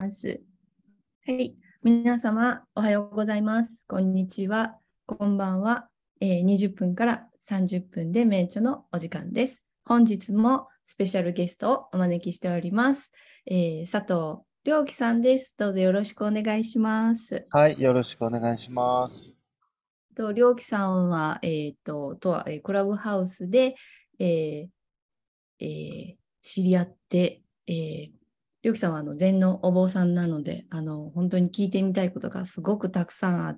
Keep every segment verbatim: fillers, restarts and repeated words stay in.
はい、皆様おはようございます。こんにちは。こんばんは。えー、にじゅっぷんからさんじゅっぷんで名著のお時間です。本日もスペシャルゲストをお招きしております。えー、佐藤亮樹さんです。どうぞよろしくお願いします。 はい、よろしくお願いします。 と亮樹さんは、えーと、とは、えークラブハウスで、えーえー知り合って、えー、りょうきさんはあの禅のお坊さんなので、あの本当に聞いてみたいことがすごくたくさんあって、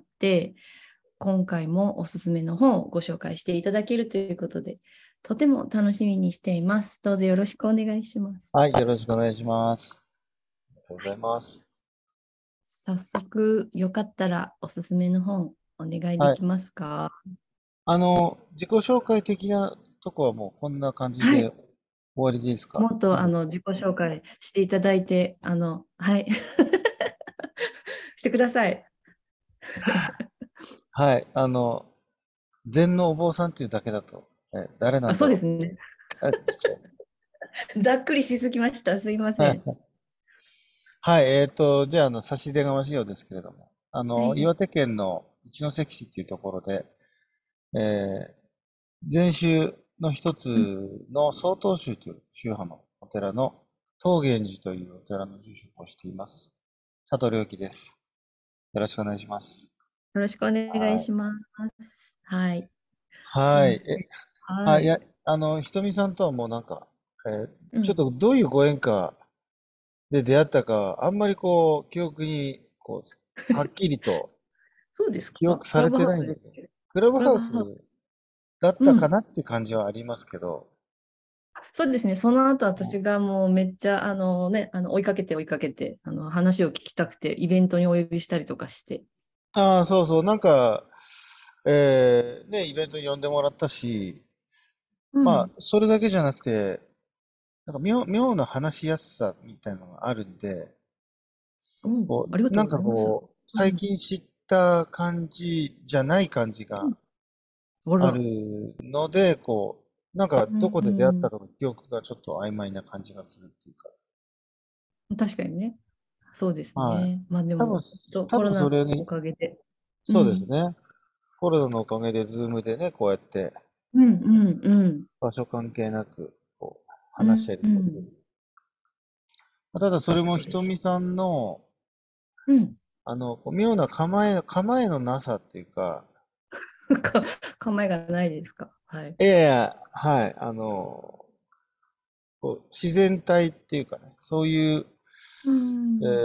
今回もおすすめの本をご紹介していただけるということで、とても楽しみにしています。どうぞよろしくお願いします。 はい、よろしくお願いします。ありがとうごはい、 ざいます。 早速、よかったらおすすめの本お願いではい。 きますか？ あの、自己紹介的なとこはもうこんな感じで終はい。 わりでいいですか？ もっといいですか？ あの自己紹介していただいて、あの、はい。してください。 はい、あの、禅のお坊さんっていうだけだと、え、誰なあ、 んだろそうですね。 う。あ、ちっちゃい。 ざっくりしすぎました。すいません。 はい、えっと、じゃあ、あの、差し出がましいようですけれども、あの、 はい。 岩手県の一関市っていうところで、えー禅宗の一つうん、 の曹洞宗という宗派のお寺の東源寺というお寺の住職をしています。佐藤良樹です。よろしくお願いします。 よろしくお願いはい。 します。はい。すいはい。え、 ません。はあ、いい。 や、あの、ひとみさんとはもうなんか、えーちょっうん。 とどういうご縁かで出会ったか、あんまりこう、記憶に、こう、はっきりとそうです記か？クラブハウ憶されてないんですよ。 スですけど。 クラブクラハウスブハウス。 だっうん。 たかなっていう感じはありますけど、 そうですね。その後うん。 私がもうめっちゃ、あのね、あの追いかけて追いかけて、あの話を聞きたくて、イベントにお呼びしたりとかして。 ああ、そうそう、なんか、えーね、イベントに呼んでもらったし、まあ、 うん。 それだけじゃなくて、なんか妙、妙な話しやすさみたいなのがあるんで、 うん。 こう、 ありがとなんかうございます。 こう、 うん。 最近知った感じじゃない感じがうん。ああら。 るので、こう、なんかうどこで出会ったん。 かの記憶がちょっと曖昧な感じがするっていうか。 確かにね。そうですはい。 ね。まあで多分、 も、と多コロナの分それに、 おかげで。うそうですん。 ね。コロナのおかげで、ズームでね、こうやってうんうんうん。 場所関係なく、こう、 う話し合えることで。 んうん。 ただそれもひと嬉しい。 みさんの、 うん。 あの、こう妙な構え、構えのなさっていうか、 か構えがないですか？はい。 いやいや、はい、あの、こう自然体っていうかね、そういう、 うん。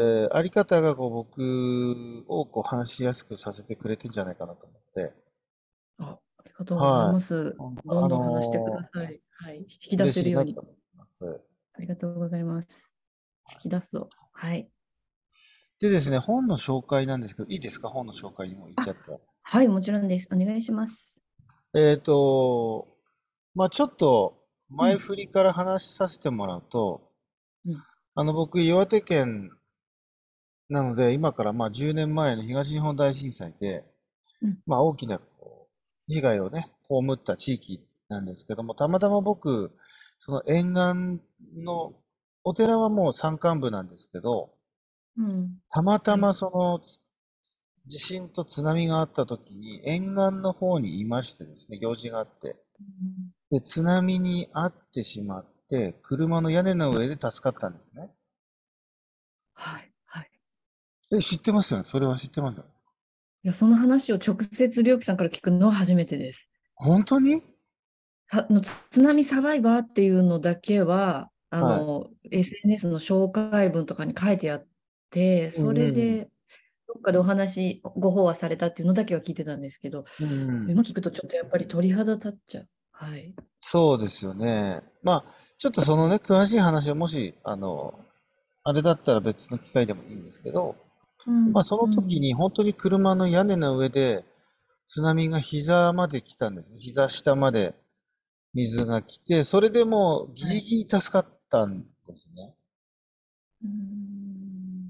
えーあり方がこう僕をこう話しやすくさせてくれてんじゃないかなと思って。 あ、ありがとうございはい。 ます。 なんかあどんどん話してくだのさい。はい。引きー出嬉しいなとせるように。 思います。 ありがとうございます。引き出すぞ。はい。 でですね、本の紹介なんですけど、いいですか？本の紹介にも行っちゃあ、 って。 はい、もちろんです。お願いします。 えっと、まあちょっとうん。 前振りから話しさせてもらうと、 うん。 あの僕、岩手県なので、今からまあじゅうねんまえの東日本大震災で、 うん。 まあ大きなこう被害をね、被った地域なんですけども、たまたま僕、その沿岸の、お寺はもう山間部なんですけど、 うん。 たまたはい。 まその地震と津波があった時に沿岸の方にいましてですね、用事があって、 うん。 で、津波に遭ってしまって、車の屋根の上で助かったんですね。 はい。はい。 え、知ってますよね？それは知ってますよね？ いや、その話を直接、りょうきさんから聞くのは初めてです。 本当に？ はの津波サバイバーっていうのだけは、あはい。 の、エスエヌエス の紹介文とかに書いてあって、そうんうん。 れで、どっかでお話、ご飽和されたっていうのだけは聞いてたんですけど、 うんうん。 今聞くとちょっとやっぱり鳥肌立っちゃう。はい。 そうですよね。まあ、ちょっとそのね、詳しい話はもし、あの、あれだったら別の機会でもいいんですけど、 うん、 まあそのうん、 時に本当に車の屋根の上で津波が膝まで来たんですね。膝下まで水が来て、それでもうギはい。 リギリ助かったんですね。 うん、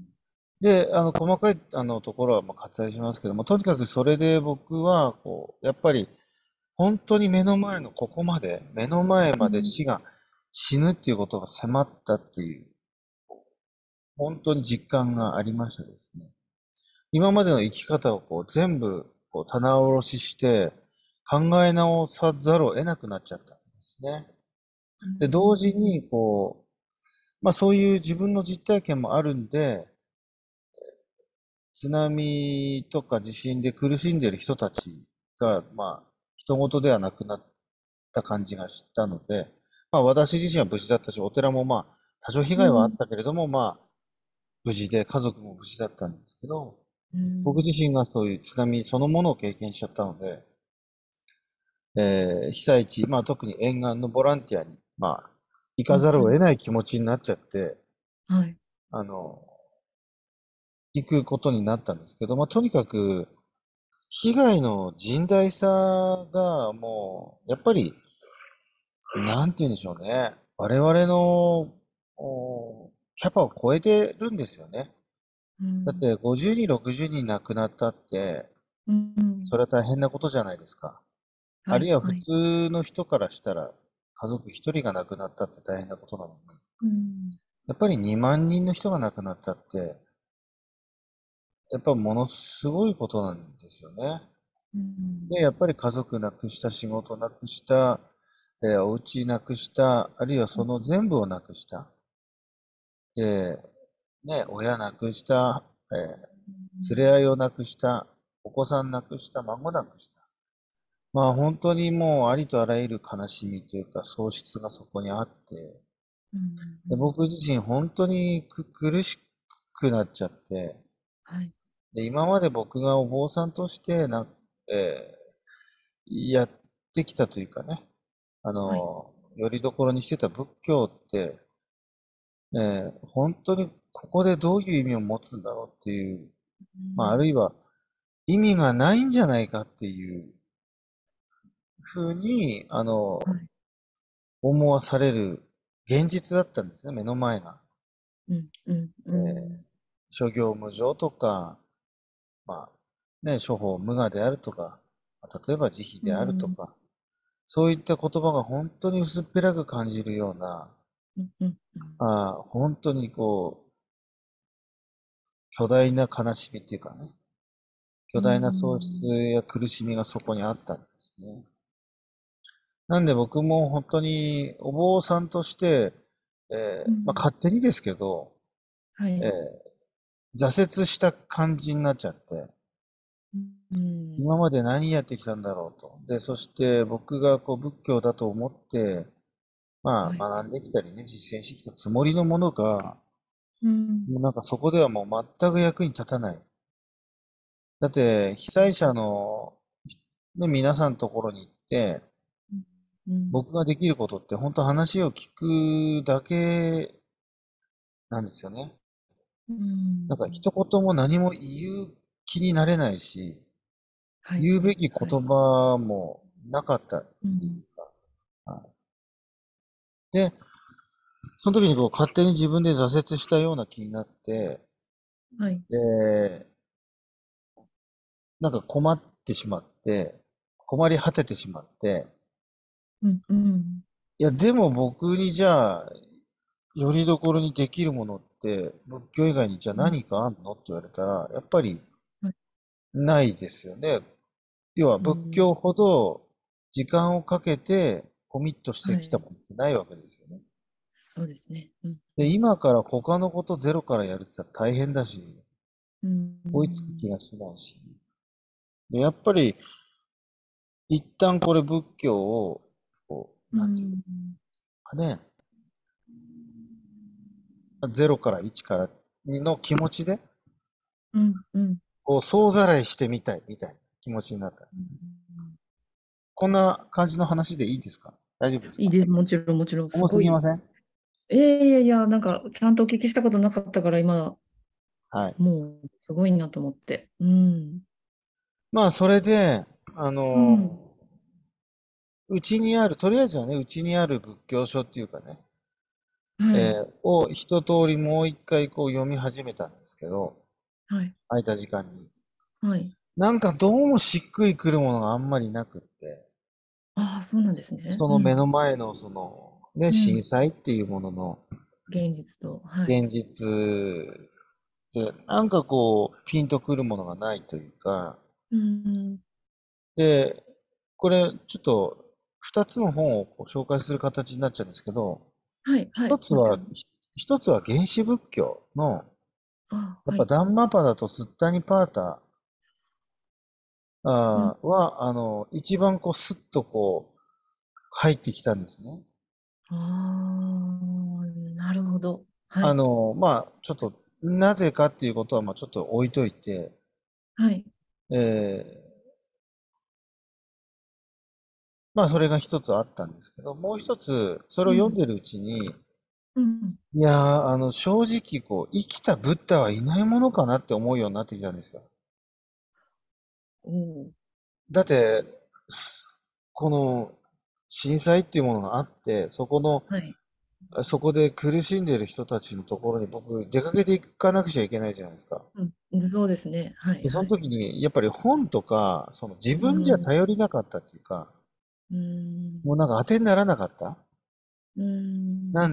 で、あの、細かい、あの、ところは、まあ、割愛しますけども、とにかくそれで僕は、こう、やっぱり、本当に目の前のここまで、目の前までうん、 死が死ぬっていうことが迫ったっていう、 本当に実感がありましたですね。今までの生き方をこう全部こう棚卸しして考え直さざるを得なくなっちゃったんですね。 うで、同ん。 時に、こう、まあそういう自分の実体験もあるんで、津波とか地震で苦しんでいる人たちが、まあ、人事ではなくなった感じがしたので、まあ私自身は無事だったし、お寺もまあ、多少被害はあっうん。 たけれども、まあ、無事で、家族も無事だったんですけど、 うん。 僕自身がそういう津波そのものを経験しちゃったので、えー被災地、まあ特に沿岸のボランティアに、まあ、行かざるを得うん。 ない気持ちになっちゃって、 はい。 あの、行くことになったんですけど、まあとにかく、被害の甚大さがもう、やっぱり、なんて言うんでしょうね。我々の、おキャパを超えてるんですよね。 うん。 だってごじゅうにん、ろくじゅうにん亡くなったって、 うん。 それは大変なことじゃないですか。あはい。 るいは普はい。 通の人からしたら、家族一人が亡くなったって大変なことなのに、 うん。 やっぱりにまん人の人が亡くなったって、やっぱものすごいことなんですよね。 うん。 で、やっぱり家族亡くした、仕事亡くした、えーお家亡くした、あるいはその全部を亡くした。で、ね、親亡くした、えー連れ合いを亡くした、お子さん亡くした、孫亡くした。まあ本当にもうありとあらゆる悲しみというか喪失がそこにあって、 うん。うで、 ん。 僕自身本当にく苦しくなっちゃって、 はい。 で、今まで僕がお坊さんとしてな、えーやってきたというかね、あはい。 の、よりどころにしてた仏教って、えー本当にここでどういう意味を持つんだろうっていう、 うまあ、あるいん。 は意味がないんじゃないかっていうふうに、あの、 はい。 思わされる現実だったんですね、目の前が。 うん。うん。うえーん。 諸行無常とか、まあ、ね、諸法無我であるとか、まあ例えば慈悲うであるとん。 か、そういった言葉が本当に薄っぺらく感じるような、 うん。うん。うん。 あー本当にこう、巨大な悲しみっていうかね、 う巨大な喪失ん。 や苦しみがそこにあったんですね。なんで僕も本当にお坊さんとして、えーまあ、 うん。 勝手にですけど、えはい。 ー挫折した感じになっちゃって、 うん。 今まで何やってきたんだろうと。で、そして僕がこう仏教だと思って、まあはい。 学んできたりね、実践してきたつもりのものが、 うん。 もうなんかそこではもう全く役に立たない。だって被災者の、ね、皆さんのところに行って、 うん。 僕ができることって本当話を聞くだけなんですよね。 うん。 なんか一言も何も言う気になれないし、 はい。 言うべき言はい。 葉もなかったっていうん。 うか。はい。で、その時にこう勝手に自分で挫折したような気になって、 はい。 で、なんか困ってしまって、困り果ててしまって、 うん。うん。 いや、でも僕にじゃあ、よりどころにできるものって、仏教以外にじゃあうん。 何かあんのって言われたら、やっぱりはい。 ないですよね。要はうん。 仏教ほど時間をかけてコミットしてきたはい。 ものってないわけですよね。 そうですね。うん。うで、 ん。 今から他のことゼロからやるって言ったら大変だし、 う追いつくん。 気がしないし。で、やっぱり一旦これ仏教を、こう、 うなんていうん。 かね、ゼロからいちからの気持ちで、 うん。うん。 こう、総ざらいしてみたいみたいな気持ちになった。 うん。 こんな感じの話でいいですか？大丈夫ですか？ いいです。もちろん、もちろん、す重すごい。 ぎません？ ええいやいや、なんか、ちゃんとお聞きしたことなかったから、今、 はい。 もう、すごいなと思って。うん。 まあ、それで、あうん。 の、うちにある、とりあえずはね、うちにある仏教書っていうかね、 はい。 えーを一通りもう一回こう読み始めたんですけど、 はい。 空いた時間に。 はい。 なんかどうもしっくりくるものがあんまりなくって、 ああ、そうなんですね。 その目のうん。 前のその、ね、 うん。 震災っていうものの、 現実と。はい。 現実で、なんかこう、ピンとくるものがないというか、 うん。 で、これ、ちょっと、二つの本をこう紹介する形になっちゃうんですけど、 はい、はい、 一つは、 もちろん。 ひ一つは原始仏教の、 あ、 やっぱはい。 ダンマパダとスッタニパータうん。 あーは、あの、一番こう、スッとこう、入ってきたんですね。 ああ、なるほど。はい。 あの、まあ、ちょっと、なぜかっていうことは、まあ、ちょっと置いといて、 はい。 えーまあ、それが一つあったんですけど、もう一つ、それうん。 を読んでるうちに、 うん。 いやー、あの、正直、こう、生きたブッダはいないものかなって思うようになってきたんですよ。 おお。 だって、すこの、震災っていうものがあって、そこの、 はい。 そこで苦しんでいる人たちのところに僕、出かけていかなくちゃいけないじゃないですか。 うん。そうですね。はい、 で、そのはい。 時に、やっぱり本とか、その自う分じゃん。 頼りなかったっていうか、 うん。 もうなんか当てにならなかった。 うん。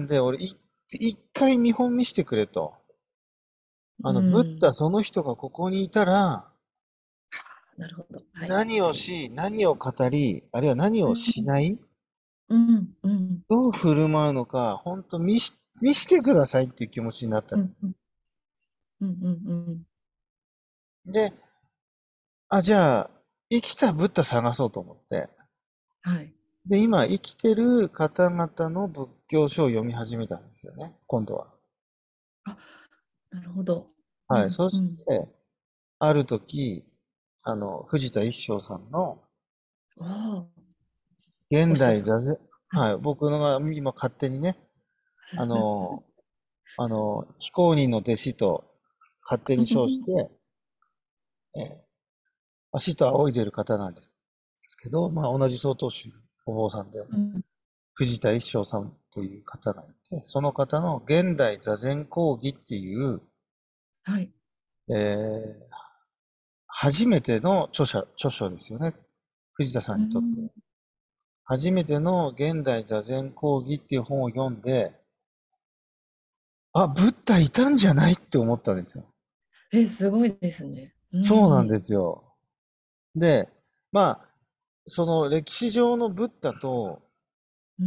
なんで、俺、い一回見本見してくれと。あうの、ブッん。 ダその人がここにいたら、 なるほど。はい。 何をし、何を語り、あるいは何をうん。 しない、 うん。うん。 どう振る舞うのか、本当見し、見してくださいっていう気持ちになったんでうん。うん。うん。うん。 す。で、あ、じゃあ、生きたブッダ探そうと思って。 はい。 で、今、生きてる方々の仏教書を読み始めたんですよね、今度は。 あ、なるほど。うはい。 ん。 そしうん。 て、ある時、あの、藤田一生さんの、 ああ、お現師匠さん。 代座禅、 はい。 はい。僕のが今勝手にね、あの、あの、非公認の弟子と勝手に称して、えー足と仰いでいる方なんですけど、まあ、同じ曹洞宗お坊さんで、 うん。 藤田一生さんという方がいて、その方の現代座禅講義っていう、 はい。 えー初めての著者、著書ですよね。藤田さんにとって。 うん。 初めての現代座禅講義っていう本を読んで、あ、ブッダいたんじゃないって思ったんですよ。 え、すごいですね。うそうなんでん。 すよ。で、まあ、その歴史上のブッダと、 うん。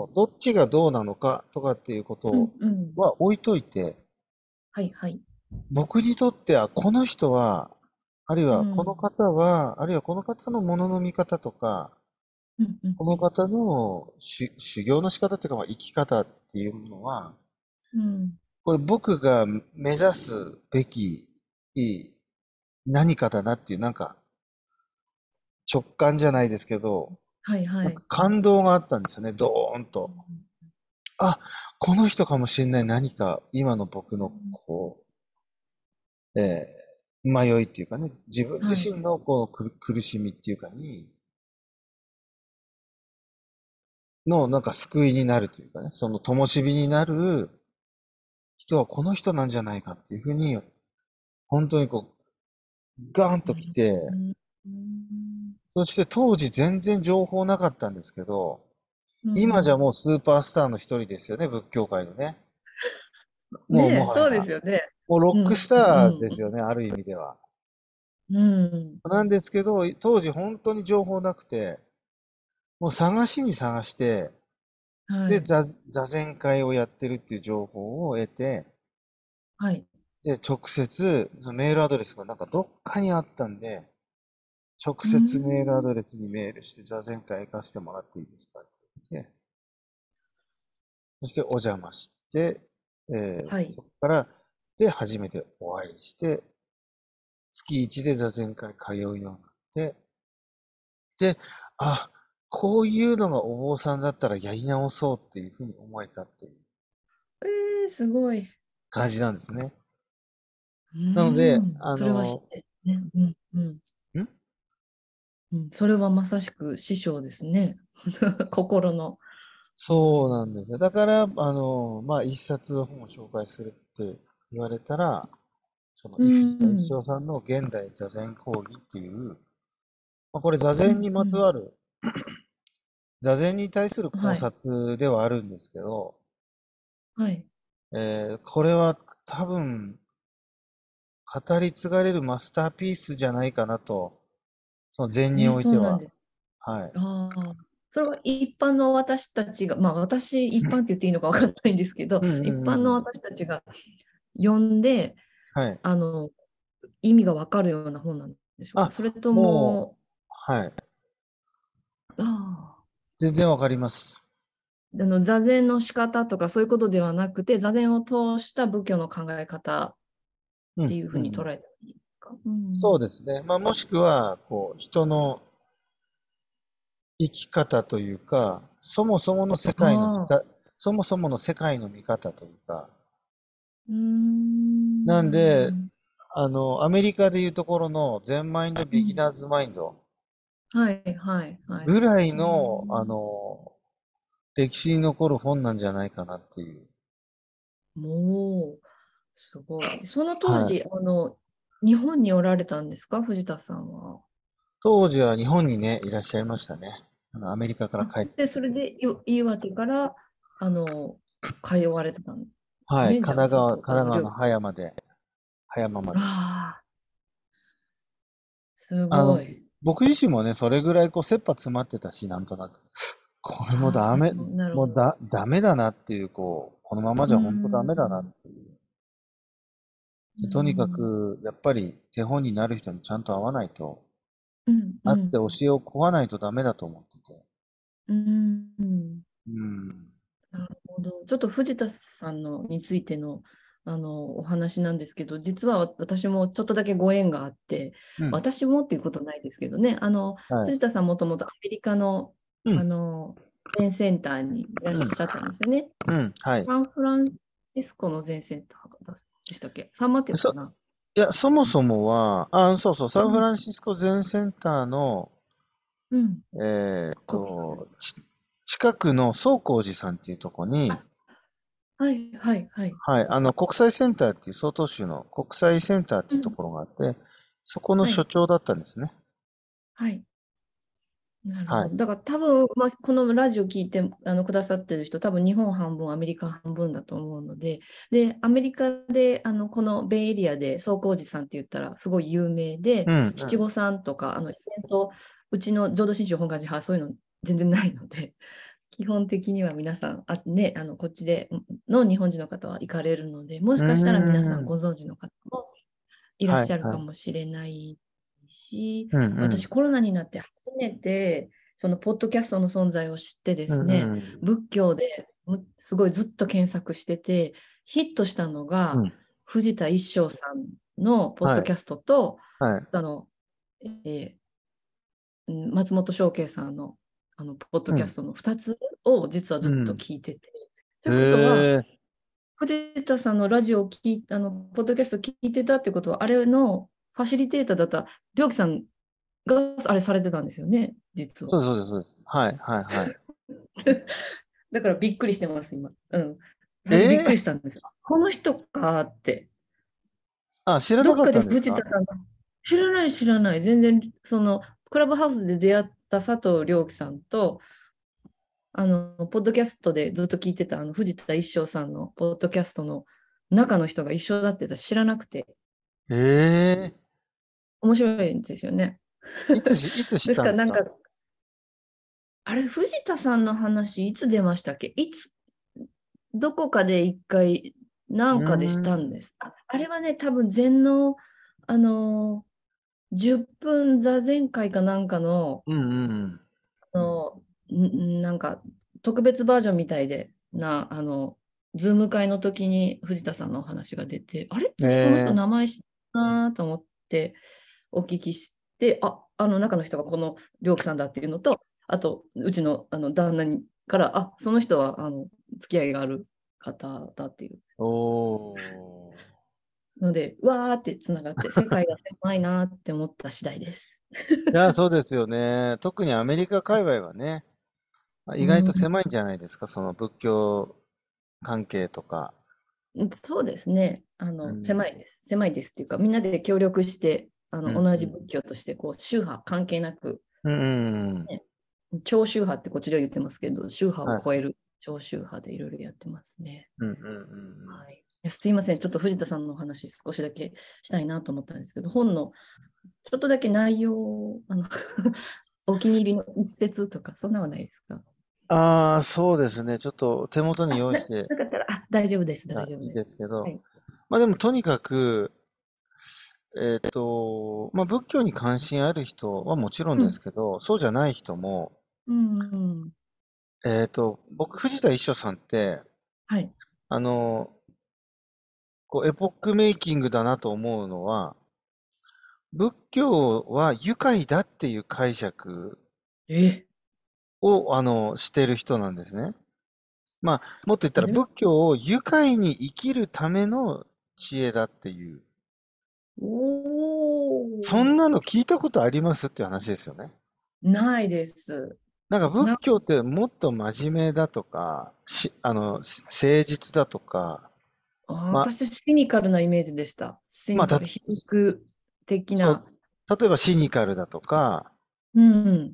そのどっちがどうなのかとかっていうこうん。 とうん。 は置いといて、 はい、はい。 僕にとってはこの人は、あるいはこのうん。 方は、あるいはこの方のものの見方とか、 うん。うん。うん。 この方の修修行の仕方っていうか、まあ、生き方っていうものは、 うん。 これ僕が目指すべき何かだなっていう、なんか直感じゃないですけど、 はい、はい。 なんか感動があったんですよね、ドーンと。あ、この人かもしれない何か、今の僕のこう、えー迷いっていうかね、自分自はい。 身のこう苦苦しみっていうかに、のなんか救いになるというかね、その灯火になる人はこの人なんじゃないかっていうふうに、本当にこう、ガーンうん。 と来て、 うん。うん。 そして当時全然情報なかったんですけど、 うん。 今じゃもうスーパースターの一人ですよね、仏教界のね。もうねえ、そうでもはや。 すよね。 もうロックスうん。 ターうん。 ですよね、ある意味では。 うん。 なんですけど、当時本当に情報なくて、もう探しに探して、で、 はい。 座、座禅会をやってるっていう情報を得て、 はい。 で、直接、そのメールアドレスがなんかどっかにあったんで、直う接メールアん。 ドレスにメールして座禅会行かせてもらっていいですかって言って、そしてお邪魔して、えーはい。 そこから、で、初めてお会いして、月一で座禅会通うようになって、で、あ、こういうのがお坊さんだったらやり直そうっていうふうに思えたっていうえー、すごい。 感じなんですね。 うなので、 ん。 あそれはしの、 ですね。うん。うん。 んうん。それはまさしく師匠ですね。心の。うそうん。 なんですよ。だから、あの、まあ、一冊の本を紹介するって言われたら、その、 う藤田一ん。 生さんの現代座禅講義っていう、まあ、これ座うん。 禅にまつうん。 わる、座禅に対する考はい。 察ではあるんですけど、 はい。 えーこれは多分、語り継がれるマスターピースじゃないかなと、その禅にね、 おいては。 そうなんです。 はい。 ああ、それは一般の私たちが、まあ私、一般って言っていいのか分かんないんですけど、 うんう一般のんうん。 私たちが読んで、 はい。 あの、意味が分かるような本なんでしょうか。それあ、 ともも、 う、はい。 あ全然わかります。 あ、あの座禅の仕方とかそういうことではなくて、座禅を通した仏教の考え方っうん、 ていうふうに捉うん。 えたらいいですか。うん、 そうですね。まあ、もしくは、こう、人の生き方というか、そもそもの世界のしああ、 か、そもそもの世界の見方というか、 うーなんで、 ん、 あの、アメリカでいうところの全マインド、 うん、 ビギナーズマインドはい、はい、はい。 ぐらいうーの、あん、 の、歴史に残る本なんじゃないかなっていう。 もう、すごい。その当はい。 時、あの、日本におられたんですか、藤田さんは。 当時は日本にね、いらっしゃいましたね。あの、アメリカからあ、 帰ってで、 きて。 それでい岩手から、あの、通われてたんですはい。 ね。じゃあ、 神奈川、神佐藤、あの、りょう。 奈川の葉山で、葉山まで。 ああ、すあの、 ごい。 僕自身もね、それぐらいこう、切羽詰まってたし、なんとなく。これもああ、 ダメ、 そう、なるほど。 もうだ、ダメだなっていう、こう、このままうーじゃ本当ダメだなっん、 ていう。 うーでとにかん、 く、やっぱり手本になる人にちゃんと会わないと、 うん、う会ってん、 教えを請わないとダメだと思ってて。 うーん。 うん。 なるほど。ちょっと藤田さんのについての、あのお話なんですけど、実は私もちょっとだけご縁があって、 うん。 私もっていうことないですけどね、あのはい。 藤田さんもともとアメリカの、あうん。 の全センターにいらっしゃったんですよね。 うん。うん。はい。 サンフランシスコの全センターでしたっけ、サンマテオかそ、 な。 いや、そもそもは、あ、そうそう、サンフうん。 ランシスコ全センターの、 うん。 えーっ国際。 と、ち近くの宗光寺さんっていうとこに、 あ、はいはいはい。 はい、あの、国際センターっていう、曹洞宗の国際センターっていうとうん。 ころがあって、そこのはい。 所長だったんですね。 はい。なるはい。 ほど。だから多分、まあ、このラジオ聞いてあのくださってる人、多分日本半分、アメリカ半分だと思うので、で、アメリカで、あのこのベイエリアで、宗光寺さんって言ったらすごい有名で、 うん、うん。 七五三とか、あのイベント、うちの浄土真宗本願寺派、そういうの全然ないので、基本的には皆さん、あ、ね、あのこっちでの日本人の方は行かれるので、もうーしかしたら皆さんん。 ご存知の方もいらっはい、 しゃるはい。 かもしれないし、 うん、うん。 私コロナになって初めてそのポッドキャストの存在を知ってでうん、うすね、 ん。 仏教ですごいずっと検索してて、ヒットしたのがうん。 藤田一生さんのポッはい、 ドキャストと、 はい。 あの、えー松本翔慶さんの、あのポッドうん、 キャストのふたつを実はずっとうん。 聞いてて。といへうことは、 え。 藤田さんのラジオを聞いあの、ポッドキャスト聞いてたってことは、あれのファシリテーターだったりょうきさんがあれされてたんですよね、実は。 そうです、そうです、そうです。はい、はい、はい。 だからびっくりしてます、今。うん。あれびっくりしええ。 たんです。この人かって。 あ、知らなかっどっかでたんですか？ 藤田さんが、知らない、知らない。全然、その、クラブハウスで出会った佐藤亮樹さんと、あの、ポッドキャストでずっと聞いてた、あの、藤田一生さんのポッドキャストの中の人が一緒だって知らなくて、 ええ。 面白いんですよね。 いつし、いつ知っですから、 たんですか？ なんか、あれ、藤田さんの話、いつ出ましたっけ、いつ、どこかで一回、なうーんかでしたんん。 です。あ、あれはね、多分、禅の、あのー、じゅっぷん座禅会かなんかの、 うん、うん。 あのんなんか、特別バージョンみたいで、な、あの、ズーム会の時に藤田さんのお話が出て、あれえ私その人え。 名前知ったなと思ってお聞きして、あ、あの中の人がこの良樹さんだっていうのと、あと、うちの、あの旦那にから、あ、その人はあの付き合いがある方だっていうおー。 ので、うわーってつながって、世界が狭いなって思った次第です。 いや、そうですよね。特にアメリカ界隈はね、まあ意外とうん、 狭いんじゃないですか、その仏教関係とか。 そうですね。あの、 うん、 狭いです。狭いですっていうか、みんなで協力して、あの、 うん、 同じ仏うん。 教として、こう、宗派関係なく、 うん、うん、うん。 ね、超宗派ってこちら言ってますけど、宗派をはい。 超える長州派でいろいろやってますね。 うんうんうんうん。 はい。いやすいません、ちょっと藤田さんのお話少しだけしたいなと思ったんですけど、本のちょっとだけ内容を、あのお気に入りの一節とか、そんなのはないですか？ ああ、そうですね。ちょっと手元にあ、な、 用意してなかったら、あ、大丈夫です、大あいい丈夫です。 ですけど、 はい。 まあでもとにかく、えっと、まあ仏教に関心ある人はもちろんですうん、 けど、そうじゃない人も、 うん、うん。 えっと、僕、藤田一生さんって、 はい。 あの、こうエポックメイキングだなと思うのは、仏教は愉快だっていう解釈え、 を、あの、してる人なんですね。まあ、もっと言ったら初めて。 仏教を愉快に生きるための知恵だっていう。 おー、 そんなの聞いたことありますっていう話ですよね。 ないです。 なんか仏な、 教ってもっと真面目だとか、し、あの、し誠実だとか、 あ、 まあ、 私、シニカルなイメージでした。シまあ、た、 ニカル、皮肉的そう、 な。 例えばシニカルだとか、 うん。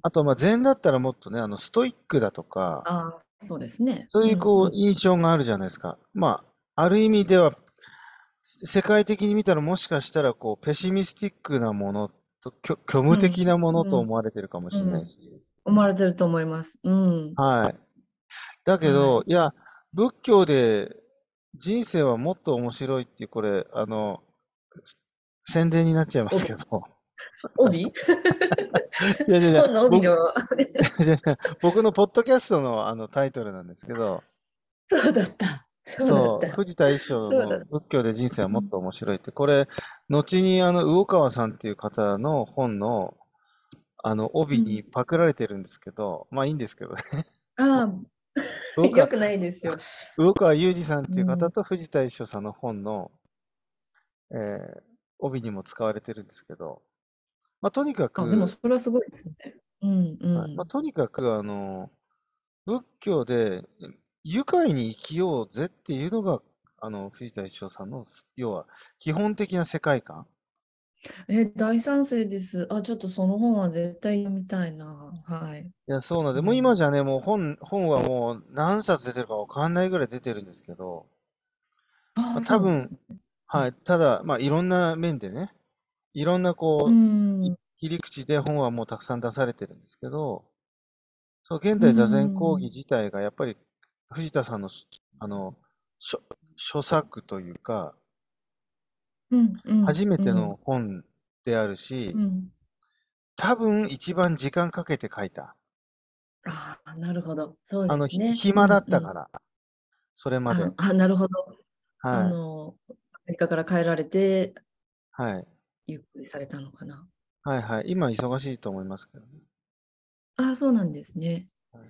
あと、まあ、禅だったらもっとね、あの、ストイックだとか、 ああ、そうですね。 そういう、こう、 うんうん。 印象があるじゃないですか。まあ、ある意味では、世界的に見たらもしかしたら、こう、ペシミスティックなものと、虚虚無うん的なものとうん思われてるかもしれないうん。 し。 思われてると思います。うん。 はい。だけど、 はい。 いや、仏教で人生はもっと面白いっていう、これ、あの、宣伝になっちゃいますけ帯ど。 帯いやいやいや、 本の帯の、 僕、いやいや僕のポッドキャストのあのタイトルなんですけど、 そうだった。そうだっそう、 た。 藤田一生そうだった。 の仏教で人生はうんもっと面白いって、これ、後にあの、魚川さんっていう方の本の、あの、帯にうん。 パクられてるんですけど、まあいいんですけどね。 ああ、 魚川、 よくないですよ。 魚川雄二さんっていう方うん。 と藤田一生さんの本の、えー帯にも使われてるんですけど、まあとにかあ、でもく、 それはすごいですね。うんうはい、まあん。 とにかく、あの、仏教で愉快に生きようぜっていうのが、あの、藤田一生さんの、要は、基本的な世界観。 え、大賛成です。あ、ちょっとその本は絶対読みたいな。はい。 いや、そうなんで、もう今うん。 じゃね、もう本、本はもう何冊出てるかわかんないぐらい出てるんですけど、まあ、 ああ、そ多分、 うなんですね。はい。 はい、ただ、まあ、いろんな面でね、いろんなうこう、いん。 切り口で本はもうたくさん出されてるんですけど、そう、現う代座禅講義ん。 自体がやっぱり藤田さんの、あの、書、書作というか、 うん。うん。 初めてうん。 の本であるし、 うん。 多分一番時間かけて書いた。 ああ、なるほど。そうあの、ひですね。う暇だんうん。 ったから、それまで。 あ、あ、なるほど。あはい。 の、アメリカから帰られて、 はい。 ゆっくりされたのかな。 はいはい。今忙しいと思いますけどね。 ああ、そうなんですね。 はい、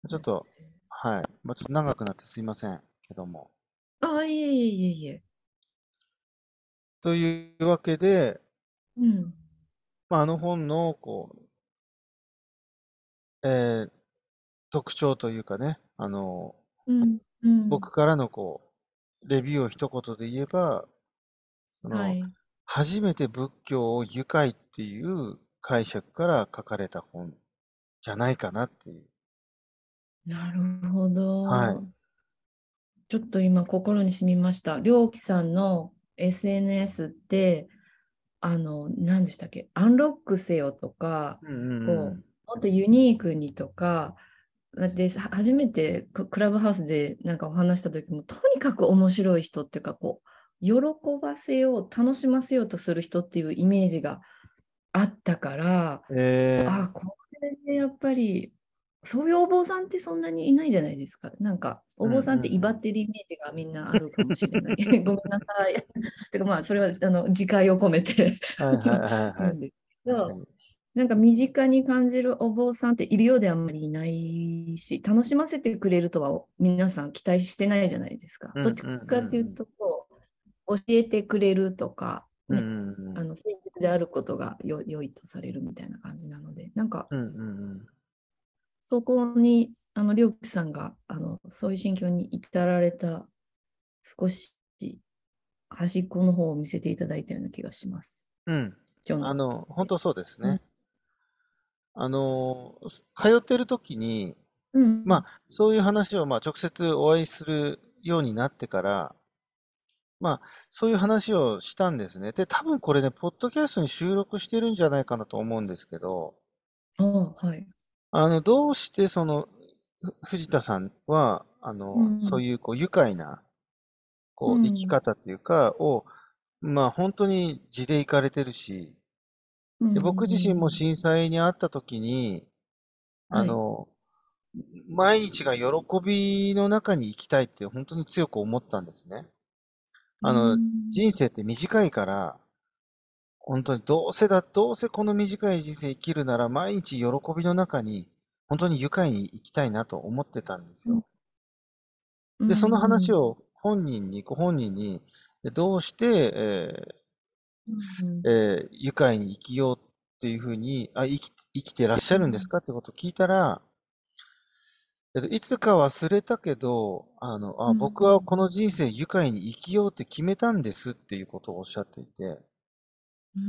ちょっと、はい。まあ、ちょっと長くなってすいませんけども。 ああ、いえいえいえいえ。 というわけで、 うん。 まあ、あの本の、こう、えー特徴というかね、あの、 うん。うん。 僕からのこう、レビューを一言で言えば、その、 はい。 初めて仏教を愉快っていう解釈から書かれた本じゃないかなっていう。 なるほはい。 ど。ちょっと今心に染みました。りょうきさんの エスエヌエス って、あの、何でしたっけ、アンロックせよとか、 うんうんうこん。 う、もっとユニークにとか、だっては初めてククラブハウスでなんかお話した時も、とにかく面白い人っていうか、こう、喜ばせよう、楽しませようとする人っていうイメージがあったから、あ、 えこれでやっぱり、そういうお坊さんってそんなにいないじゃないですか。なんか、 ー、うんうんお坊さんって威張うん。 ってるイメージがみんなあるかもしれない。ごめんなさい。てかまあ、それはあの自戒を込めてはいはいはいはい。 言うんですけど、 確かに。 なんか身近に感じるお坊さんっているようであんまりいないし、楽しませてくれるとは皆さん期待してないじゃないですか。 うんどっちうんうんかっていううん。 と、こう教えてくれるとか、 うんね、 うんうん。 あの誠実であることがよ良いとされるみたいな感じなので、なんかうんうんうん。 そこに、あの、りょうきさんが、あの、そういう心境に至られた、少し端っこの方を見せていただいたような気がします。 うん。 今日のあの、 話で。 本当そうですうん。 ね。あの、通ってる時に、 うん。 まあ、そういう話を、まあ、直接お会いするようになってから、まあ、そういう話をしたんですね。で、多分これね、ポッドキャストに収録してるんじゃないかなと思うんですけど、 ああ、はい。 あの、どうしてその、ふ藤田さんは、あの、そううん。 いう、こう、愉快な、こう、生きうん。 方というか、を、まあ、本当に地で行かれてるし、で、 うん。 僕自身もうん。 震災にあった時に、あはい。 の、毎日が喜びの中に生きたいって本当に強く思ったんですね。 うあの、 ん。 人生って短いから、本当にどうせだ、どうせこの短い人生生きるなら毎日喜びの中に、本当に愉快に生きたいなと思ってたんですうん。 よ。 うで、その話ん。 を本人に、ご本人に、でどうして、えうん。 ーえー愉快に生きようっていうふうに、あ、生き、生きてらっしゃるんですかってことを聞いたら、えっといつか忘れたけど、あの、あ、 うん。 僕はこの人生愉快に生きようって決めたんですっていうことをおっしゃっていて、 うん。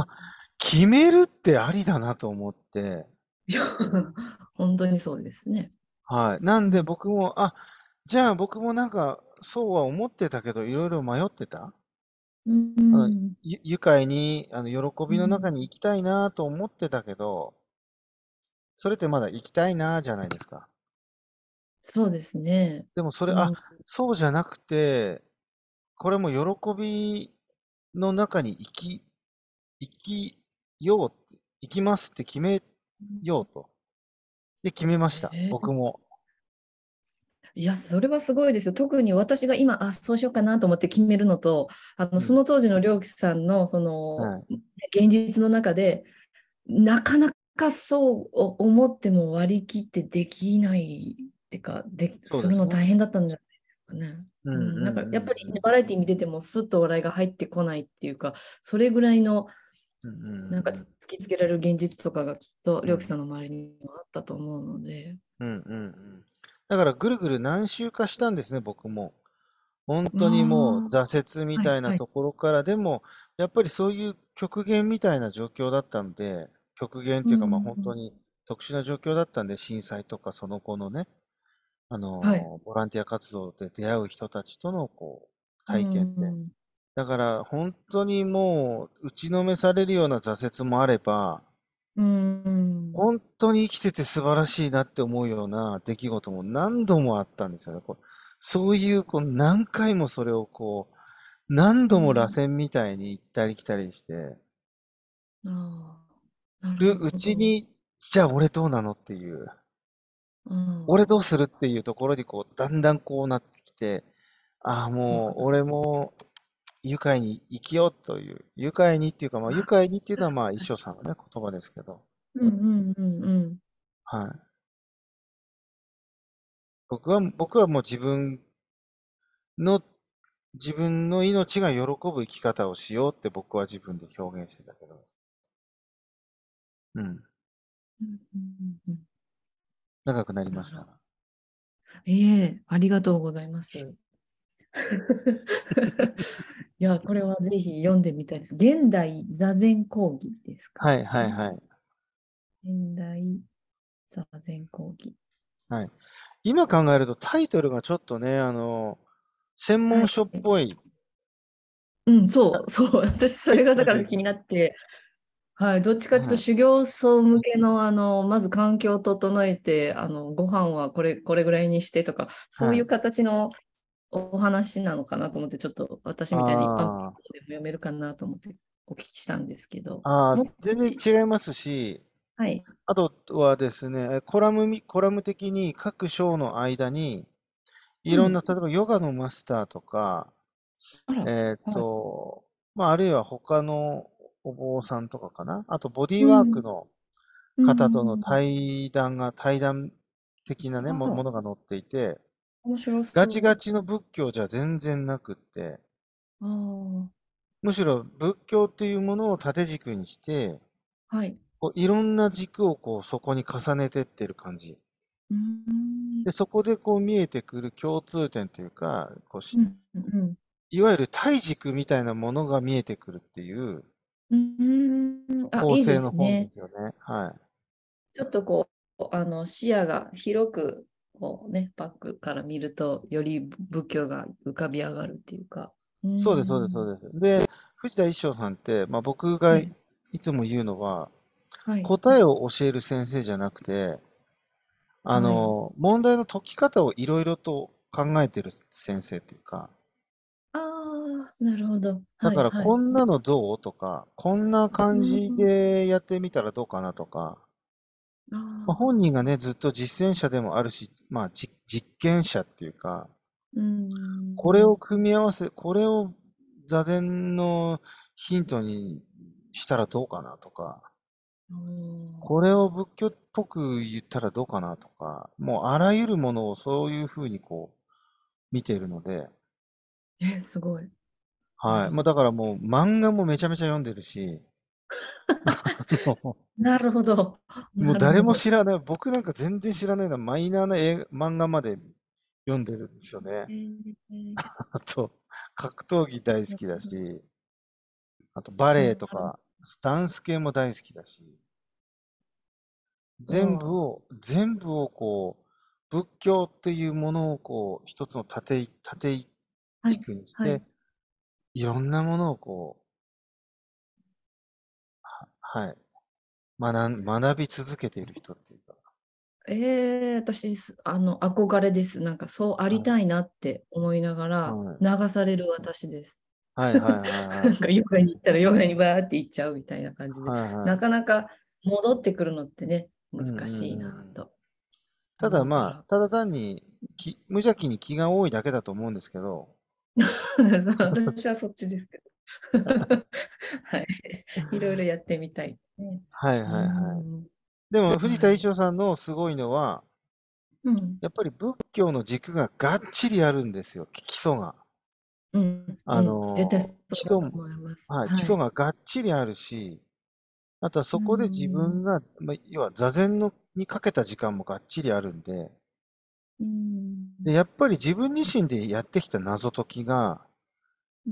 あ、決めるってありだなと思って、 いや、本当にそうですね。 はい。なんでうん。 僕も、あ、じゃあ僕もなんか、そうは思ってたけど、いろいろ迷ってた。 うあの、 ん。 ゆ愉快に、あの、喜びのうん。 中に行きたいなと思ってたけど、それってまだ行きたいなじゃないですか。 そうですね。 でもそれ、あ、 うん。 そうじゃなくて、これも喜びの中に生き、生きようって、生きますって決めようと。で、決めました。 えー僕も。 いや、それはすごいですよ。特に私が今、あ、そうしようかなと思って決めるのと、あの、 うん。 その当時の良樹さんの、その、 はい。 現実の中で、なかなかそう思っても割り切ってできないっていうか、で、 そうですね。 するの大変だったんじゃないですかね。 うんうんうん、なんかやっぱり、ね、 うんバラエティ見ててもスッと笑いが入ってこないっていうか、それぐらいのうん。うんなんかうん突きつけられる現実とかがきっとうん。うん。 良樹さんの周りにもあったと思うので。 うんうんうん。だからぐるぐる何周かしたんですね、僕も。本当にもうあ挫折みあ、はいたいなはい。 ところからでも、やっぱりそういう極限みたいな状況だったんで、極限っうていうかまあ本当ん、 に特殊な状況だったんで、震災とかその後のね、あはい。 の、ボランティア活動で出会う人たちとのこう、 う体験って。 ん、 だから本当にもう打ちのめされるような挫折もあれば、 うん、 本当に生きてて素晴らしいなって思うような出来事も何度もあったんですよね。こうそういう、こう、何回もそれをこう、何度も螺うん。 旋みたいに行ったり来たりしてああ、なるるほど。 うちに、じゃあ俺どうなのっていう、 うん、 俺どうするっていうところにこう、だんだんこうなってきて、ああ、 そうもうなん俺も愉快に生きようという、愉快にっていうか、まあ愉だ。 快にっていうのはまあ一緒さんのね、言葉ですけど、 うんうんうんうん。 はい。僕は、僕はもう自分の、自分の命が喜ぶ生き方をしようって僕は自分で表現してたけど、うん。 うんうんうん。 長くなりましたが。 なるほど。ええ、ありがとうございます。いや、これはぜひ読んでみたいです。現代座禅講義ですかはいはいね。 はい。 現代座禅講義。 はい。今考えるとタイトルがちょっとね、あの、専はい。 門書っぽいうん、そう、そう。私、そタイれがトルですね。 だから気になって、はい。どっちかというと、 はい。 修行僧向けの、あの、まず環境を整えて、あの、ご飯はこれ、これぐらいにしてとか、そういうはい。 形のお話なのかなと思って、ちょっと私みたいな一般のあ人でも読めるかなと思ってお聞きしたんですけど、 あ、ああ、 もう全少し、 然違いますし、 はい。 あとはですね、えコラムみ、コラム的に各章の間に、いうん。 ろんな、例えばヨガのマスターとか、 あら、 えっはい。 と、まあ、あるいは他のお坊さんとかかな。あと、ボディーうん。 ワークのう方とのん。 対談が、対談的なね、も、もあら、 のが載っていて、 面白ガチそう。 ガチの仏教じゃ全然なくって、 ああ、 むしろ仏教っていうものを縦軸にして、 はい。 こういろんな軸をこうそこに重ねてってる感じ。 うん。 で、そこでこう見えてくる共通点というか、こうしうん。うん。 いわゆる対軸みたいなものが見えてくるっていううん。あ、いいで構成のすね。 本ですよね。はい。 ちょっとこう、 あの視野が広くこう、ね、バックから見ると、より仏教が浮かび上がるっていうか。うそうです、そうです、そん。 うです。で、藤田一生さんって、まあ、僕がいはい。 つも言うのは、 はい。 答えを教える先生じゃなくて、あはい。 の、問題の解き方をいろいろと考えてる先生というか、 ああ、なるほど。はい。 だからはい。 こんなのどうとか、こんな感じうん。 でやってみたらどうかなとか、 あまあ、本人がね、 あ。 ずっと実践者でもあるし、まあ、じ実験者っていうか、 うん。 これを組み合わせ、これを座禅のヒントにしたらどうかなとか、 おーこれを仏教っぽく言ったらどうかなとか、もうあらゆるものをそういうふうにこう見ているので、 え、すごい。なはい。 るほど。 まあだからもう漫画もめちゃめちゃ読んでるし、もなるほど。 うもう誰なるほど。 も知らない、僕なんか全然知らないようなマイナーな映画漫画まで読んでるんですよね。 えー、えーあと、格闘技大好きだなるほど。 し、あとバレエとなるか、ダンス系も大好きだし、 ほど。 全部を、全部をこう、仏教っていうものをこう、一つの縦い、縦いはい。 軸にしはい。 て、いろんなものをこう、はい、学ん、学び続けている人っていうか、 えー、私す、あの、憧れです。なんか、そうありはい、 たいなって思いながら、 はい、 流される私です。 はい、はい、はい、はい、 なんか、ヨガに行ったらヨガにバーって行っちゃうみたいな感じで、 はい、はなかい。 なか戻ってくるのってね、 うん、う難しいん、うん。 なとただ思うから。 まあ、ただ単にき、無邪気に気が多いだけだと思うんですけど、 そう私はそっちですけど。はい。いろいろやってみたいね。 はい、 うはい、はい。 ん。 でも、藤田一はい。 生さんのすごいのは、 うん。 やっぱり仏教の軸ががっちりあるんですよ、基礎が。 うん。 あうん。絶対の、基礎、 そうだと思います。 はい、基はい。 礎ががっちりあるし、あとはうそこで自ん。 分が、まあ、要は座禅のにかけた時間もがっちりあるんで、 うん。 で、やっぱり自分自身でやってきた謎解きが、 うん。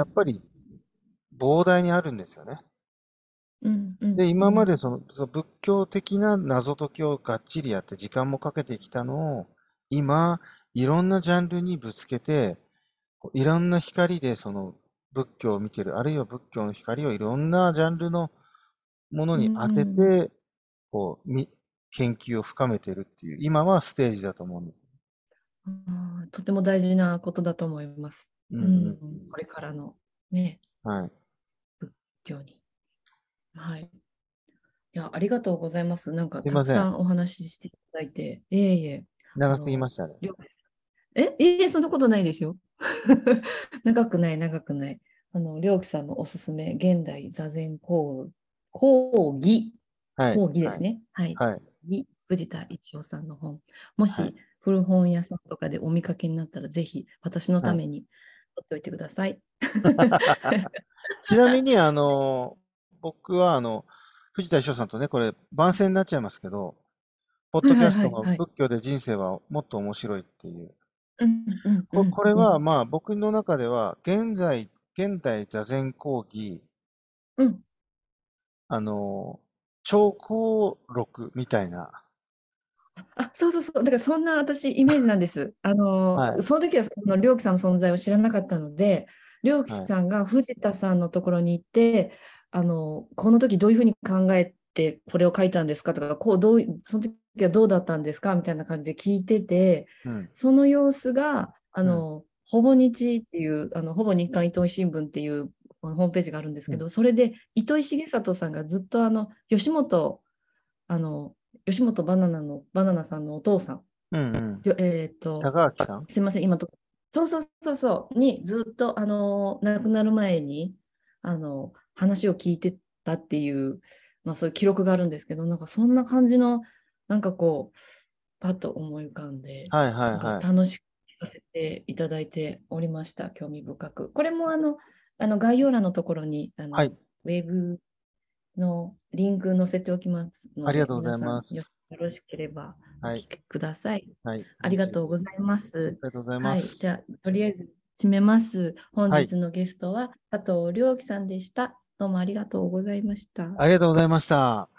やっぱり膨大にあるんですよね。 うん。うで、 ん。うん。 今までその、その仏教的な謎解きをがっちりやって時間もかけてきたのを、今、いろんなジャンルにぶつけて、こういろんな光でその仏教を見てる、あるいは仏教の光をいろんなジャンルのものうに当てん。 て、こう、み、研究を深めてるっていう、今はステージだと思うんです。 あーとても大事なことだと思います。 うんううん。 んこれからのね、 うん。はい。 仏教に。はい。いや、ありがとうございます。なんか、 すいません。 たくさんお話ししていただいて、いえいえ、あ長すぎまの、 したね。 りょうえ、いえいえ、そんなことないですよ。長くない、長くない。あの、りょうきさんのおすすめ、現代座禅講講義、 はい。 講義ではい。 すね。はい。 はい。 に藤田一生さんの本。もはい。 し、古本屋さんとかでお見かけになったら、ぜひ、私のたはい。 めに取っておいてください。 ちなみに、あの、僕は、あの、藤田一生さんとね、これ、番宣になっちゃいますけど、ポッドキはいはいャストがはいはい。 仏教で人生はもっと面白いっていう。 うんうんうこ、これは、 んうん。 まあ、僕の中では、現在、現代座禅講義、 うん。 あの、超高録みたいな。 あ、そうそうそう。だからそんな私イメージなんです。あの、 はい。 その時はそのりょうきさんの存在を知らなかったので、りょうきはい。 さんが藤田さんのところに行って、あの、この時どういうふうに考えてこれを書いたんですかとか、こうどうい、その時はどうだったんですかみたいな感じで聞いてて、 うん。 その様子が、あうん。 の、ほぼ日っていう、あの、ほぼ日刊糸井新聞っていうホームページがあるんですうん。 けど、それで糸井重里さんがずっとあの、吉本、あの、吉本バナナの、バナナさんのお父さん、 うん。うん。 よえっと、 高明さん。 すいません、今と、そうそうそうそう、にずっと、あの、亡くなる前に、あの、話を聞いてたっていう、まあそういう記録があるんですけど、なんかそんな感じの、なんかこう、パッと思い浮かんで、 はいはいなんかはい。 楽しく聞かせていただいておりました、興味深く。これもあの、あの概要欄のところに、あはい。 の、ウェブのリンク載せておきますので、 ありがとうござ皆さんよいます。 よろしければおはい。 聞きください。 はい。 ありが YouTube。 とうございます。 ありがとうございまはい。 す。 じゃあ、とりあえず締めます。本はい。 日のゲストは佐藤良樹さんでした。どうもありがとうございました。 ありがとうございました。